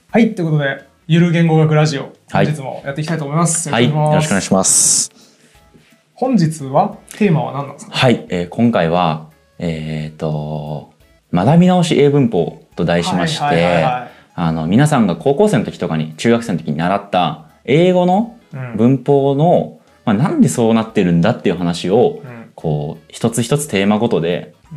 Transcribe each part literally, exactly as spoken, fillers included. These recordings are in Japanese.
はい、ということで、ゆる言語学ラジオ、本日もやっていきたいと思います。 はい、よろしくお願いします。 本日は、テーマは何なんですか？ はい、えー、今回は、えっと、学び直し英文法と題しまして、あの、皆さんが高校生の時とかに、中学生の時に習った英語の文法の、うん、まあ、なんでそうなってるんだっていう話を、うん、こう、一つ一つテーマごとで、うん、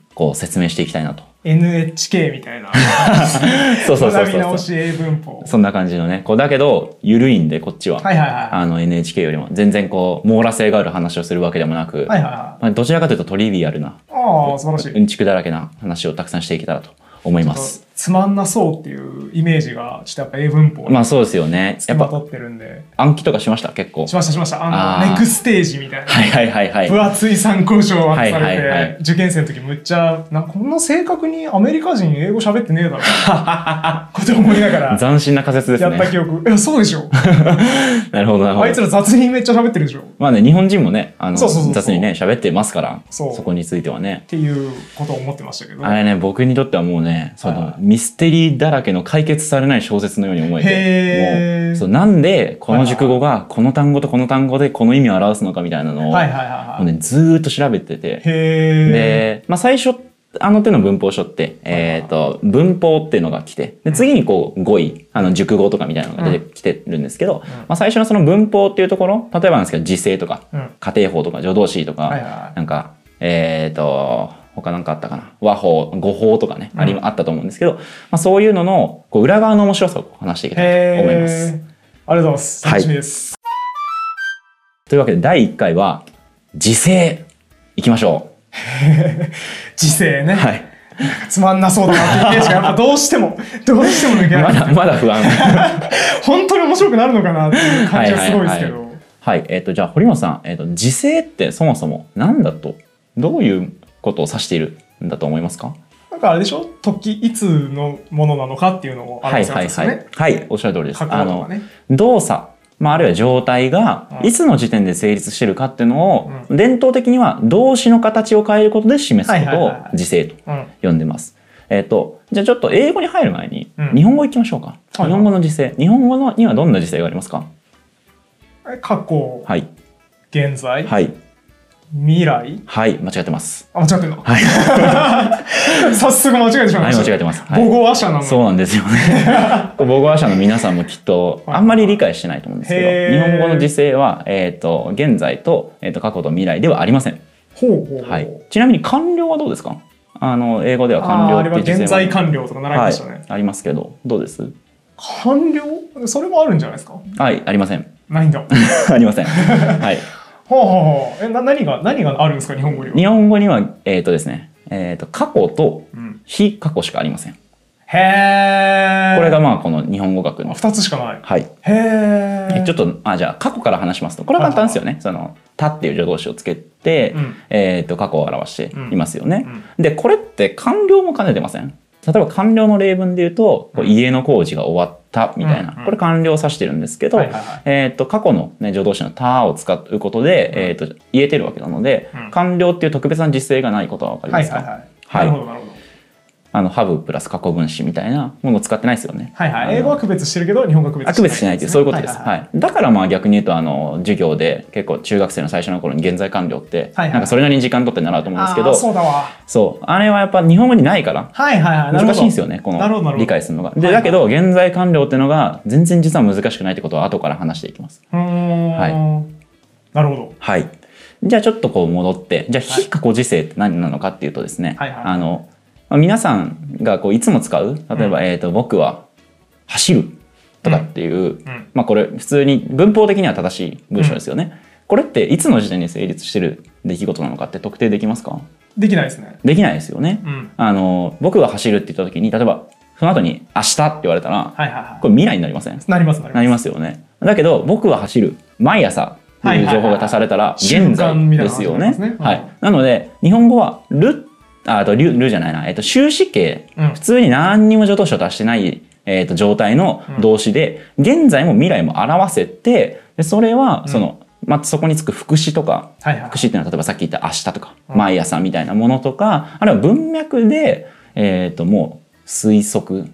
こう説明していきたいなと。 エヌエイチケー みたいなそうそうそうそう、 学び直し英文法、 そんな感じのね。こうだけど緩いんでこっちは、はいはいはい、あの エヌエイチケー よりも全然こう網羅性がある話をするわけでもなく、はいはいはい、まあ、どちらかというとトリビアルな、 ああ素晴らしい、 うんちくだらけな話をたくさんしていけたらと思います。 つまんなそうっていうイメージがちょっとやっぱ英文法にまあそうですよね。 やっぱ取ってるんで、 暗記とかしました結構。 しましたしました。あのあネクステージみたいな、 はいはいはいはい、 分厚い参考書を渡されて、 はいはいはい、 受験生の時むっちゃなんかこんな正確にアメリカ人英語喋ってねえだろこと思いながら斬新な仮説ですね。 やった記憶。いやそうでしょなるほどなるほど。 あいつら雑にめっちゃ喋ってるでしょ。 まあね、日本人もね、あのそうそうそうそう雑にね喋ってますから、そ, そこについてはねっていうことを思ってましたけど、 あれね僕にとってはもうね、そのミステリーだらけの解決されない小説のように思えて、もうそうなんでこの熟語がこの単語とこの単語でこの意味を表すのかみたいなのを、はいはいはいはい、もうね、ずーっと調べてて、へで、まあ、最初あの手の文法書って、えーと、文法っていうのが来て、で次にこう語彙、あの熟語とかみたいなのが出てきてるんですけど、うん、まあ、最初のその文法っていうところ、例えばなんですけど時制とか、うん、家庭法とか助動詞とか、はいはいはい、なんかえーと他なんかあったかな、和法、語法とかね、うん、ありあったと思うんですけど、まあ、そういうののこう裏側の面白さを話していきたいと思います。 ありがとうございます。楽しみです。 はい、というわけでだいいっかいは時制いきましょう。 時制ね。 はい。 つまんなそうだなってイメージがやっぱどうしてもどうしても抜けない。 まだまだ不安。 本当に面白くなるのかなっていう感じがすごいですけど。はい、はいはい、えっ、ー、とじゃあ堀本さん、えっ、ー、と時制ってそもそも何だとどういうことを指しているんだと思いますか？ なんかあれでしょ、時いつのものなのかっていうのを表すやつですよね。 はいはいはい、はい、おっしゃる通りです。 過去とかね、 あの動作、まあ、あるいは状態がいつの時点で成立しているかっていうのを、うん、伝統的には動詞の形を変えることで示すことを時制と呼んでます。えっとじゃあちょっと英語に入る前に日本語いきましょうか。うん、日本語の時制、日本語のにはどんな時制がありますか？ 過去、はい、現在、はい、未来、 はい、間違ってます。 あ、間違ってんの？はい。早速間違えてしまいました。 はい、間違えてます。 母語話者なの。 そうなんですよね。母語話者の皆さんもきっとあんまり理解してないと思うんですけど、日本語の時制はえっと現在とえっと過去と未来ではありません。ほうほうほう。はい。ちなみに完了はどうですか？あの英語では完了っていう時制は、 あれは現在完了とか習いましたね。 はい、ありますけど、どうです？ 完了？それもあるんじゃないですか？ はい、ありません。 ないんだ。 ありません。はい。 ほうほうほう。え、な、何が、何があるんですか、日本語には。 日本語には、えっとですね、えっと、過去と非過去しかありません。へー。これがまあ、この日本語学の。 二つしかない。 はい。 へー。 ちょっと、あ、じゃあ、過去から話しますと、これは簡単ですよね。その、たっていう助動詞をつけて、うん、えっと、過去を表していますよね。うんうん、で、これって完了も兼ねてません？例えば完了の例文で言うと、こう家の工事が終わったみたいな、これ完了を指してるんですけど、えっと過去のね助動詞のたを使うことで、えっと言えてるわけなので、完了っていう特別な実制がないことはわかりますか？はい。なるほどなるほど。あの have プラス過去分詞みたいなものを使ってないですよね。 はいはい。英語は区別してるけど日本語は区別してない、ね。 区別しないっていうそういうことです。はい。だからまあ逆に言うとあの授業で結構中学生の最初の頃に現在完了ってなんかそれなりに時間取って習うと思うんですけど、 そうだわ。 そうあれはやっぱ日本語にないから難しいんですよね、この理解するのが。でだけど現在完了っていうのが全然実は難しくないってことは後から話していきます。はい。 なるほど。 はい。じゃあちょっとこう戻ってじゃあ非過去時制って何なのかっていうとですね、あの皆さんがこういつも使う例えば、うん、えーと僕は走るとかっていう、うんうん、まあこれ普通に文法的には正しい文章ですよね、うん、これっていつの時点に成立してる出来事なのかって特定できますか？ できないですね。 できないですよね、うん、あの僕が走るって言った時に例えばその後に明日って言われたら、はいはいはい、これ未来になりません？ なりますなります。 なりますよね。だけど僕は走る毎朝っていう情報が足されたら現在ですよね。はい。なので日本語はるあとルルじゃないな、えっと、終止形、うん、普通に何にも助動詞を足してない、えっと、状態の動詞で、うん、現在も未来も表せてでそれはその、うん、まあ、そこにつく副詞とか、はいはい、副詞っていうのは例えばさっき言った明日とか、うん、毎朝みたいなものとかあるいは文脈で、えっと、もう推測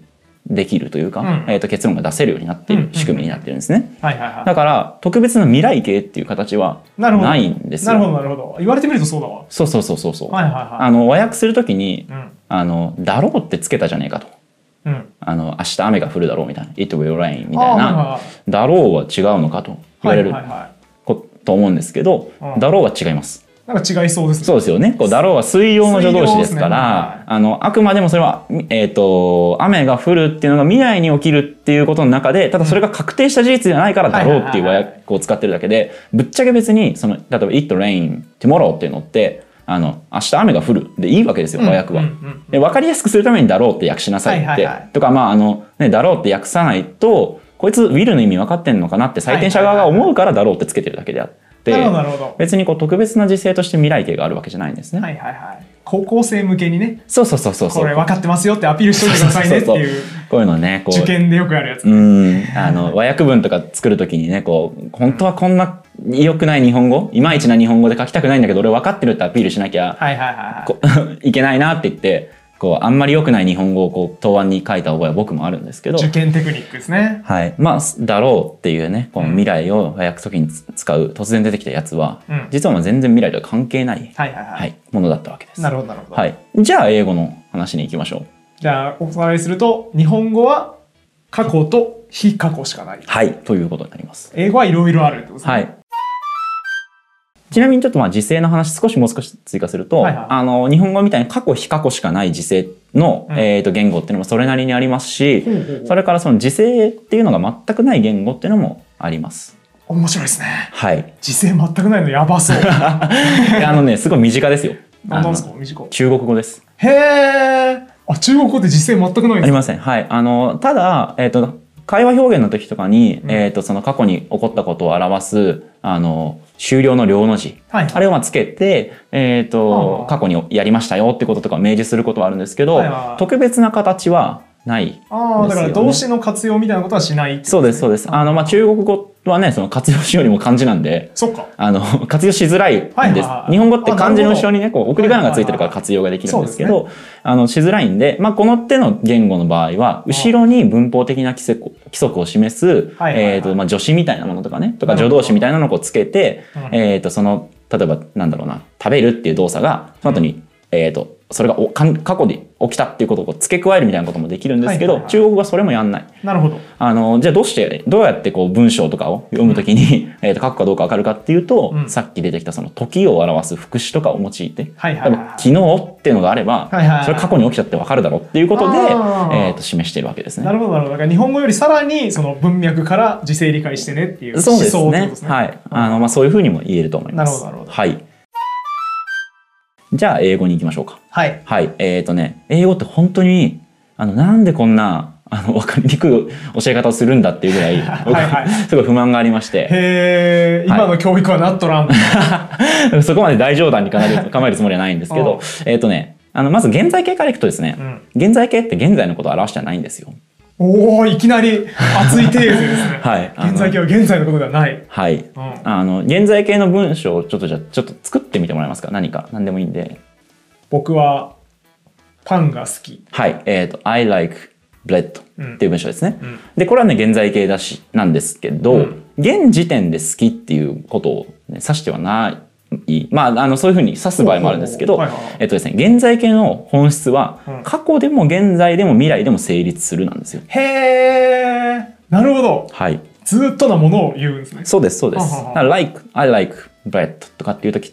できるというか、うん、えー、と結論が出せるようになっている仕組みになってるんですね。だから特別な未来形っていう形はないんですよ。 なるほどなるほど。言われてみるとそうだわ。 そうそうそうそうそう。あの和訳するときに、うん、あのだろうってつけたじゃねえかと。うん、あの明日雨が降るだろうみたいな It will rain みたいなだろうは違うのかと言われると思うんですけど、だろうは違います。 なんか違いそうですね。 そうですよね。こうだろうは水曜の助動詞ですから、ね、はい、あのあくまでもそれは、えーと、雨が降るっていうのが未来に起きるっていうことの中で、ただそれが確定した事実じゃないからだろうっていう和訳を使ってるだけで、ぶっちゃけ別にその例えば It rain tomorrow っていうのってあの明日雨が降るでいいわけですよ、和訳は。で分かりやすくするためにだろうって訳しなさいって、はいはいはい、とかまああのねだろうって訳さないとこいつ will の意味分かってんのかなって採点者側が思うからだろうってつけてるだけであって。別にこう特別な時制として未来形があるわけじゃないんですね。 はいはいはい。高校生向けにね。 そうそうそうそう。 これ分かってますよってアピールしといてくださいねっていう。 こういうのね、こう受験でよくあるやつ、ね。 うん。あの和訳文とか作るときにね、こう本当はこんな良くない日本語、いまいちな日本語で書きたくないんだけど、俺分かってるってアピールしなきゃいけないなって言って。こうあんまり良くない日本語をこう答案に書いた覚えは僕もあるんですけど、 受験テクニックですね。 はい、まあだろうっていうね、この未来を和訳す時に使う突然出てきたやつは、うん、実はまあ全然未来とは関係ないものだったわけです。 なるほどなるほど。 はい。じゃあ英語の話に行きましょう。 じゃあおさらいすると、日本語は過去と非過去しかない。 はい、ということになります。 英語はいろいろあるってことですね。はい。 ちなみにちょっとまあ時制の話少しもう少し追加すると、はいはい、あの日本語みたいに過去非過去しかない時制の、うん、えーと言語っていうのもそれなりにありますし、うんうんうん、それからその時制っていうのが全くない言語っていうのもあります。 面白いですね。 はい。 時制全くないのやばそう。 あのねすごい身近ですよ。 何ですか？身近。 中国語です。 へえ。あ、中国語って時制全くないんですか？ ありません。はい。あのただえっと会話表現の時とかに、うん、えっとその過去に起こったことを表すあの終了の了の字、はいはい、あれをまあつけて、えー、と過去にやりましたよってこととかを明示することはあるんですけど、はいはい、特別な形はないですよね。 ああ、だから動詞の活用みたいなことはしないってことですね。 そうですそうです。あのまあ中国語はねその活用しようにも漢字なんで、 そっか、 あの活用しづらいんです。はいはいはい、日本語って漢字の後ろにねこう送り仮名がついてるから活用ができるんですけど、はいはいはい、あのしづらいんで、まあ、この手の言語の場合は後ろに文法的な規則規則を示す、はいはいはい、えーとまあ、助詞みたいなものとかねとか助動詞みたいなのをこうつけて、えー、とその例えばなんだろうな食べるっていう動作がその後に、うん、えーとそれがお過去で起きたっていうことを付け加えるみたいなこともできるんですけど、はいはいはい、中国語はそれもやんない。 なるほど。あのじゃあどうしてどうやってこう文章とかを読むときに、うん、えーと書くかどうか分かるかっていうと、うん、さっき出てきたその時を表す副詞とかを用いて、はいはいはいはい、昨日っていうのがあれば、はいはいはい、それ過去に起きたって分かるだろうっていうことで、えーと示しているわけですね。 なるほどなるほど。だから日本語よりさらにその文脈から時制理解してねっていう思想ってことですね。はい。あのまあそういうふうにも言えると思います。 なるほどなるほど。 はい。じゃあ英語に行きましょうか。 はい。 はい。えっとね、英語って本当に、あの、なんでこんな、あの、わかりにくい教え方をするんだっていうぐらい、はいはい、すごい不満がありまして。 へー、今の教育はなっとらん。 はい、そこまで大冗談に構えるつもりはないんですけど、えっとね、あの、まず現在形からいくとですね、うん、現在形って現在のことを表してはないんですよ。 おお、いきなり熱いテーゼですね。はい。現在形は現在のことではない。 はい。うん、あの現在形の文章をちょっとじゃちょっと作ってみてもらえますか。何か何でもいいんで。 僕はパンが好き。 はい。えっと I like bread っていう文章ですね。うん、でこれはね現在形だしなんですけど、うん、現時点で好きっていうことを、ね、指してはない。まあ、あのそういうふうに指す場合もあるんですけど、えっとですね、現在形の本質は、うん、過去でも現在でも未来でも成立するなんですよ。 へー、なるほど。 はい。 ずっとなものを言うんですね。 そうですそうです。だから like I like bread とかっていう時って、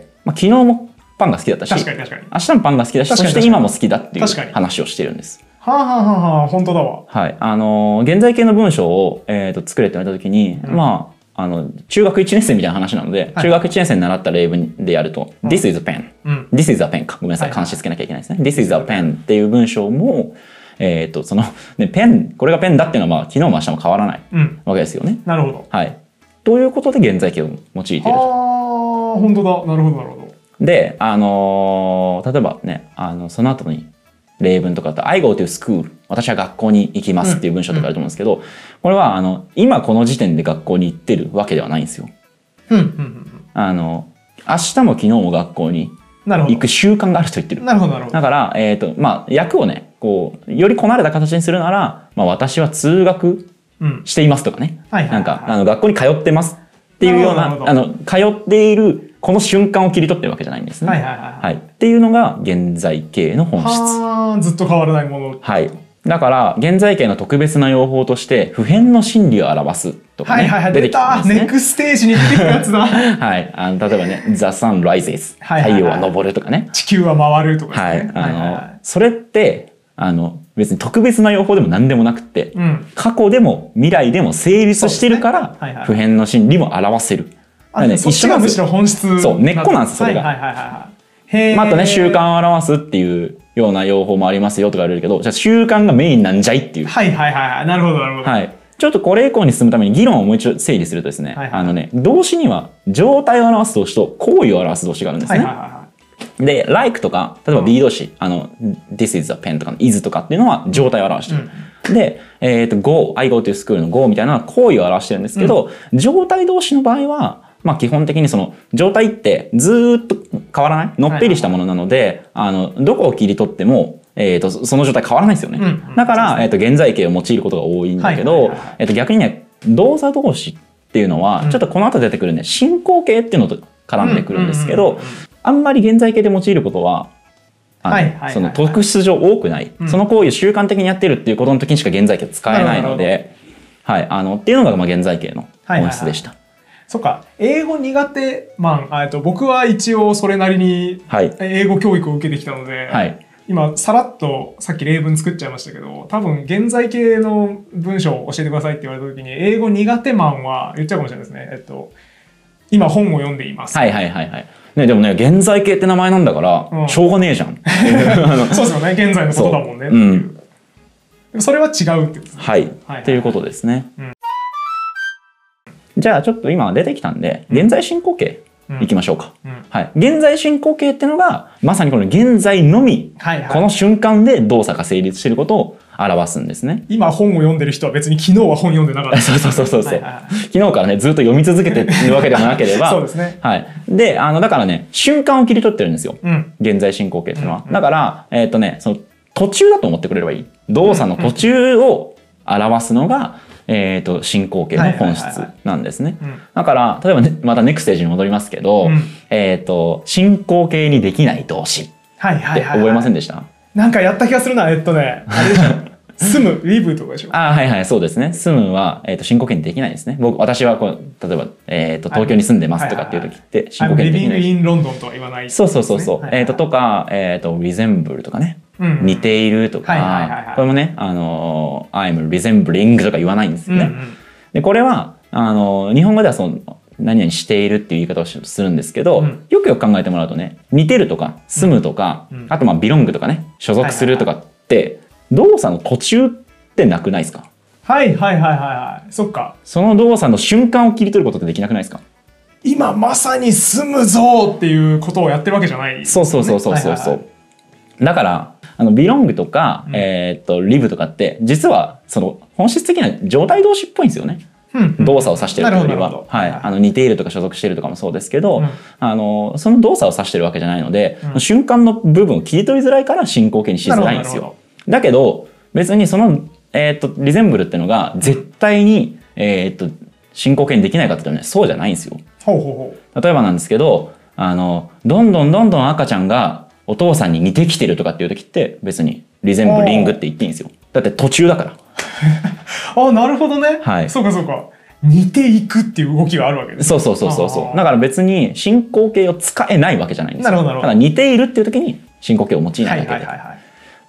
まあ、昨日もパンが好きだったし、確かに確かに明日もパンが好きだし、そして今も好きだっていう話をしてるんです。 はあ、はあはあ、本当だわ。 はい。あの現在形の文章を、えー、と作れって言われた時に、うん、まああの中学いちねん生みたいな話なので、はい、中学いちねん生に習った例文でやると、うん、This is a pen、うん、This is a pen かごめんなさい、漢詞つけなきゃいけないですね。This is a pen っていう文章も、えー、とその、ね、ペンこれがペンだっていうのは、まあ、昨日も明日も変わらないわけですよね。うん、 なるほど。 はい。ということで現在形を用いていると。 ああ、本当だ。なるほどなるほど。 で、あのー、例えばね、あのその後に例文とかだと I go to school 私は学校に行きますっていう文章とかあると思うんですけど、うんうん、これはあの今この時点で学校に行ってるわけではないんですよ。 うんうんうん、 あの明日も昨日も学校に行く習慣があると言ってる。 なるほどなるほど。 だから、えーとまあ、役をねこうよりこなれた形にするなら、まあ、私は通学していますとかね、なんかあの学校に通ってますっていうようなあの通っているこの瞬間を切り取ってるわけじゃないんですね。はいはいはいはい、っていうのが現在形の本質。 はずっと変わらないもの。 はい。だから現在形の特別な用法として普遍の真理を表すとかね、 はいはいはい、出てきますね。ネクステージに出てくるやつだ。 はい、あの例えばね「The sun rises」太陽は昇るとかね、 地球は回るとかですね。 はい、あの、はいはいはい、それってあの別に特別な用法でも何でもなくて、うん、過去でも未来でも成立してるから、ねはいはい、普遍の真理も表せる。 あ、ね、そっちがむしろ本質。 そう、根っこなんですそれが。はいはいはいはい、まあ、あとね習慣を表すっていうような用法もありますよとか言われるけど、じゃあ習慣がメインなんじゃいっていう。 はいはいはい、なるほどなるほど。 はい。ちょっとこれ以降に進むために議論をもう一度整理するとですね、はいはい、あのね動詞には状態を表す動詞と行為を表す動詞があるんですね。はいはいはい、で like とか例えば be 動詞、うん、あの this is a pen とか is とかっていうのは状態を表してる。うん、で、えー、と go I go to school の go みたいなのは行為を表してるんですけど、うん、状態動詞の場合はまあ基本的にその状態ってずっと変わらないのっぺりしたものなので、あのどこを切り取っても、えー、とその状態変わらないんですよね。うん、だから、えー、と現在形を用いることが多いんだけど、えー、と逆にね動作動詞っていうのは、ちょっとこの後出てくるね進行形っていうのと絡んでくるんですけど、あんまり現在形で用いることはその特質上多くない、うん、その行為を習慣的にやってるっていうことの時にしか現在形使えないので、はい、あのっていうのがまあ現在形の本質でした。はいはいはい、 そっか、英語苦手マン、えっと僕は一応それなりに英語教育を受けてきたので、はい、今さらっとさっき例文作っちゃいましたけど、多分現在形の文章を教えてくださいって言われた時に英語苦手マンは言っちゃうかもしれないですね。えっと今本を読んでいます。 はいはいはいはい。ね、でもね現在形って名前なんだから、うん、しょうがねえじゃん。 そうですよね、現在のことだもんねっていう。うん、それは違うってことですね。 はい、はいはいはい、っていうことですね。うん、じゃあちょっと今出てきたんで現在進行形いきましょうか。うんうん、はい、現在進行形っていうのがまさにこの現在のみ、はいはい、この瞬間で動作が成立していることを表すんですね。 今本を読んでる人は別に昨日は本読んでなかった。 そうそうそうそうそう、はいはいはい、昨日からねずっと読み続けてるわけでもなければそうですね。 はい。で、あのだからね瞬間を切り取ってるんですよ。うん、現在進行形っていうのは、うんうん、だからえっとねその途中だと思ってくれればいい。動作の途中を表すのが、えー、と進行形の本質なんですね。だから例えば、ね、またネクステージに戻りますけど、うん、えー、と進行形にできない動詞って覚えませんでした？ なんかやった気がするな。えっとねあれでしょ住む、リブとかでしょ。 あ、はいはい、そうですね。住むは、えー、と進行形にできないですね。僕、私はこう、例えば、えー、と東京に住んでますとかっていう時って進行形にできない。 リビングインロンドンとは言わない、ね。 そうそうそうそう。はいはい、えー、ととか、えー、と resemble とかね、うんうん、似ているとか、これもね、あの I'm resembling とか言わないんですよね。うんうん、でこれはあの日本語ではその何々しているっていう言い方をするんですけど、うん、よくよく考えてもらうとね、似てるとか住むとか、うん、あとまあ belong とかね、所属するとかって、はいはいはい、動作の途中ってなくないですか？ はいはいはいはいはい。そっか。 その動作の瞬間を切り取ることってできなくないですか？ 今まさに住むぞっていうことをやってるわけじゃない、ね。 そうそうそうそうそうそう。はいはいはい、だからあの belong とか、うん、えっと live とかって実はその本質的な状態動詞っぽいんですよね。うんうん、動作を指してるというよりは、はい、あの似ているとか所属しているとかもそうですけど、うん、あのその動作を指してるわけじゃないので、うん、瞬間の部分を切り取りづらいから進行形にしづらいんですよ。だけど別にその、えー、とリゼンブルっていうのが絶対に、うん、えー、と進行形にできないかって言ったらね、そうじゃないんですよ。 ほうほうほう。 例えばなんですけど、あのどんどんどんどん赤ちゃんがお父さんに似てきてるとかっていう時って別にリゼンブリングって言っていいんですよ。だって途中だから。 あ、なるほどね。はい。そうかそうか。似ていくっていう動きがあるわけです、 ね。そうそうそうそう。だから別に進行形を使えないわけじゃないんですよ。なるほどなるほど。ただ似ているっていう時に進行形を用いないだけで。はいはいはいはい、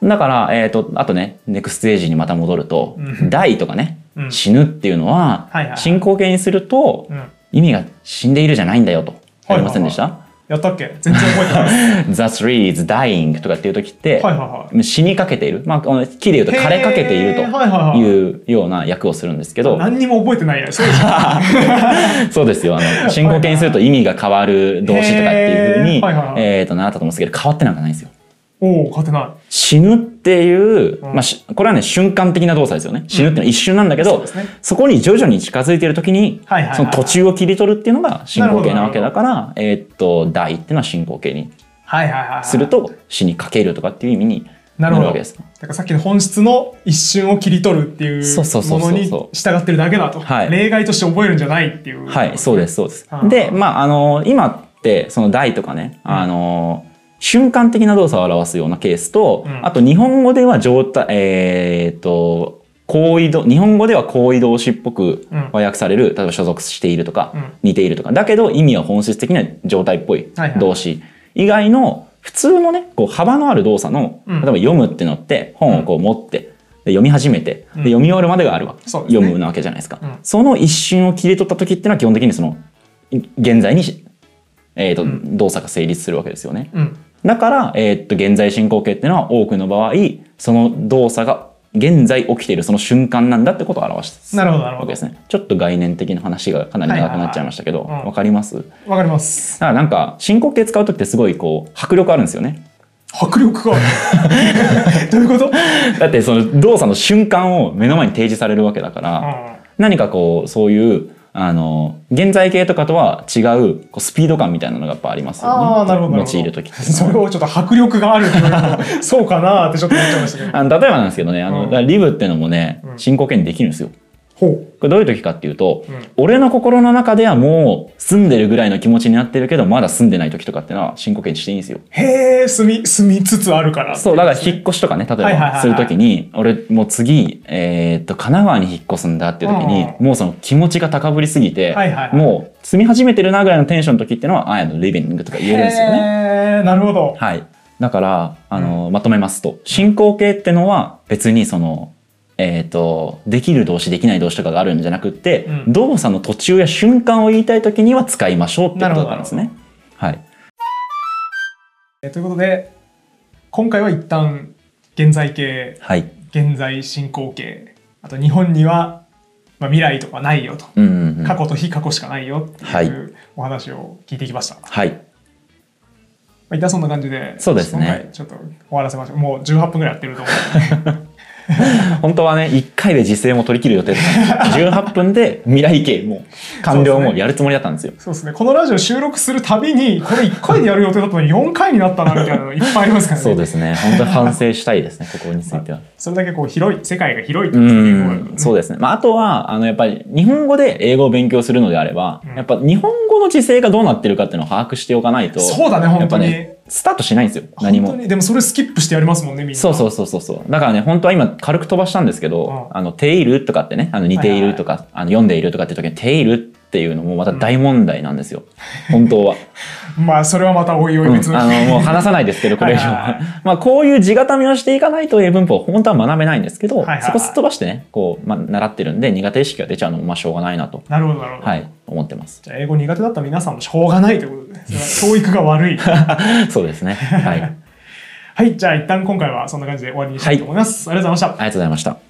だから、えーと、あとね、ネクストエイジにまた戻ると、die とかね、うん、死ぬっていうのは、はいはいはい、進行形にすると、うん、意味が死んでいるじゃないんだよと。ありませんでした？はいはいはい、 やったっけ？全然覚えてない。 The tree is dying とかっていう時って、はいはいはい、死にかけている。まあ、木で言うと枯れかけているというような訳をするんですけど。 何にも覚えてないや。そうですそうですよ。あの、進行形にすると意味が変わる動詞とかっていうふうに、えっと、習ったと思うんですけど、変わってなんかないんですよ。 おお、変わってない。 死ぬっていう、うん、まあ、これはね、瞬間的な動作ですよね。死ぬっていうのは一瞬なんだけど、うん、そ, ね、そこに徐々に近づいている時に、はいはいはいはい、その途中を切り取るっていうのが進行形なわけだから、えー、っと、dieっていうのは進行形にすると詩に書けるとかっていう意味になるわけです。 だからさっきの本質の一瞬を切り取るっていうものに従ってるだけだと、はい、例外として覚えるんじゃないっていう、ね、 はい、そうですそうです。で、まああの今ってその題とかね、うん、あの瞬間的な動作を表すようなケースと、うん、あと日本語では状態えー、っと行為動日本語では行為動詞っぽく和訳される、うん、例えば所属しているとか、うん、似ているとかだけど意味は本質的な状態っぽい動詞以外の普通のねこう幅のある動作の、例えば読むってのって本をこう持って、で読み始めてで読み終わるまでがあるわけ、うん、読むなわけじゃないですか、うん、その一瞬を切り取った時っていうのは基本的にその現在に、えーとうん、動作が成立するわけですよね、うん、だから、えーと現在進行形っていうのは多くの場合その動作が現在起きているその瞬間なんだってことを表すわけですね。ちょっと概念的な話がかなり長くなっちゃいましたけど、わかります？ わかります。 だからなんか進行形使う時ってすごいこう迫力あるんですよね。 迫力があるどういうこと？ だってその動作の瞬間を目の前に提示されるわけだから、うん、何かこうそういうあの現在形とかとは違うこうスピード感みたいなのがやっぱありますよね。ああ、なるほど。用いる時って。 それをちょっと迫力があるそうかなってちょっと思っちゃいましたけど。 あの例えばなんですけどね、あの、うん、リブっていうのもね、進行形にできるんですよ。ほう。これどういう時かっていうと、うん、俺の心の中ではもう住んでるぐらいの気持ちになってるけどまだ住んでない時とかっていうのは進行形にしていいんですよ。 へえ、住み住みつつあるから、ね。 そう、だから引っ越しとかね、例えばする時に、俺もう次えー、っと神奈川に引っ越すんだっていう時に、もうその気持ちが高ぶりすぎて、はいはいはい、もう住み始めてるなぐらいのテンションの時っていうのは I am living とか言えるんですよね。 へえ、なるほど。 はい。だからあの、うん、まとめますと進行形ってのは別にそのえー、とできる動詞できない動詞とかがあるんじゃなくって、うん、動作の途中や瞬間を言いたいときには使いましょうってことなんですね。はい、 えー、ということで今回は一旦現在形、はい、現在進行形、あと日本には、まあ、未来とかないよと、うんうんうん、過去と非過去しかないよっていうお話を聞いてきました。はい、まあ、一旦そんな感じでそうですね、 今回ちょっと終わらせましょう。もうじゅうはっぷんぐらいやってると思うので本当はねいっかいで時制も取り切る予定だったんですじゅうはっぷんで未来形も完了もやるつもりだったんですよ。 そうですね。このラジオ収録するたびにこれいっかいでやる予定だったのによんかいになったなみたいなのいっぱいありますからね。 そうですね。本当に反省したいですねここについては。 それだけこう広い世界が広いというのがある、ね、 そうですね。まああとはあのやっぱり日本語で英語を勉強するのであれば、うん、やっぱ日本語の時制がどうなってるかっていうのを把握しておかないと。 そうだね本当に。 やっぱねスタートしないんですよ何も。 でもそれスキップしてやりますもんねみんな。 そうそうそうそうそう。だからね本当は今軽く飛ばしたんですけど、うん、あのているとかってねあの似ているとか、はいはいはい、あの読んでいるとかって時にているっていうのもまた大問題なんですよ、うん、本当は。 まあそれはまたおいおい別の、 うん、あのもう話さないですけどこれ以上は。はいはいはい、まあこういう地固めをしていかないと英文法本当は学べないんですけど、はいはいはい、そこすっ飛ばしてねこう、まあ、習ってるんで苦手意識が出ちゃうのもまあしょうがないなと。 なるほどなるほど。 はい思ってます。 じゃあ英語苦手だった皆さんもしょうがないということで教育が悪いそうですね。はい。 はい、じゃあ一旦今回はそんな感じで終わりにしたいと思います。はい、ありがとうございました。 ありがとうございました。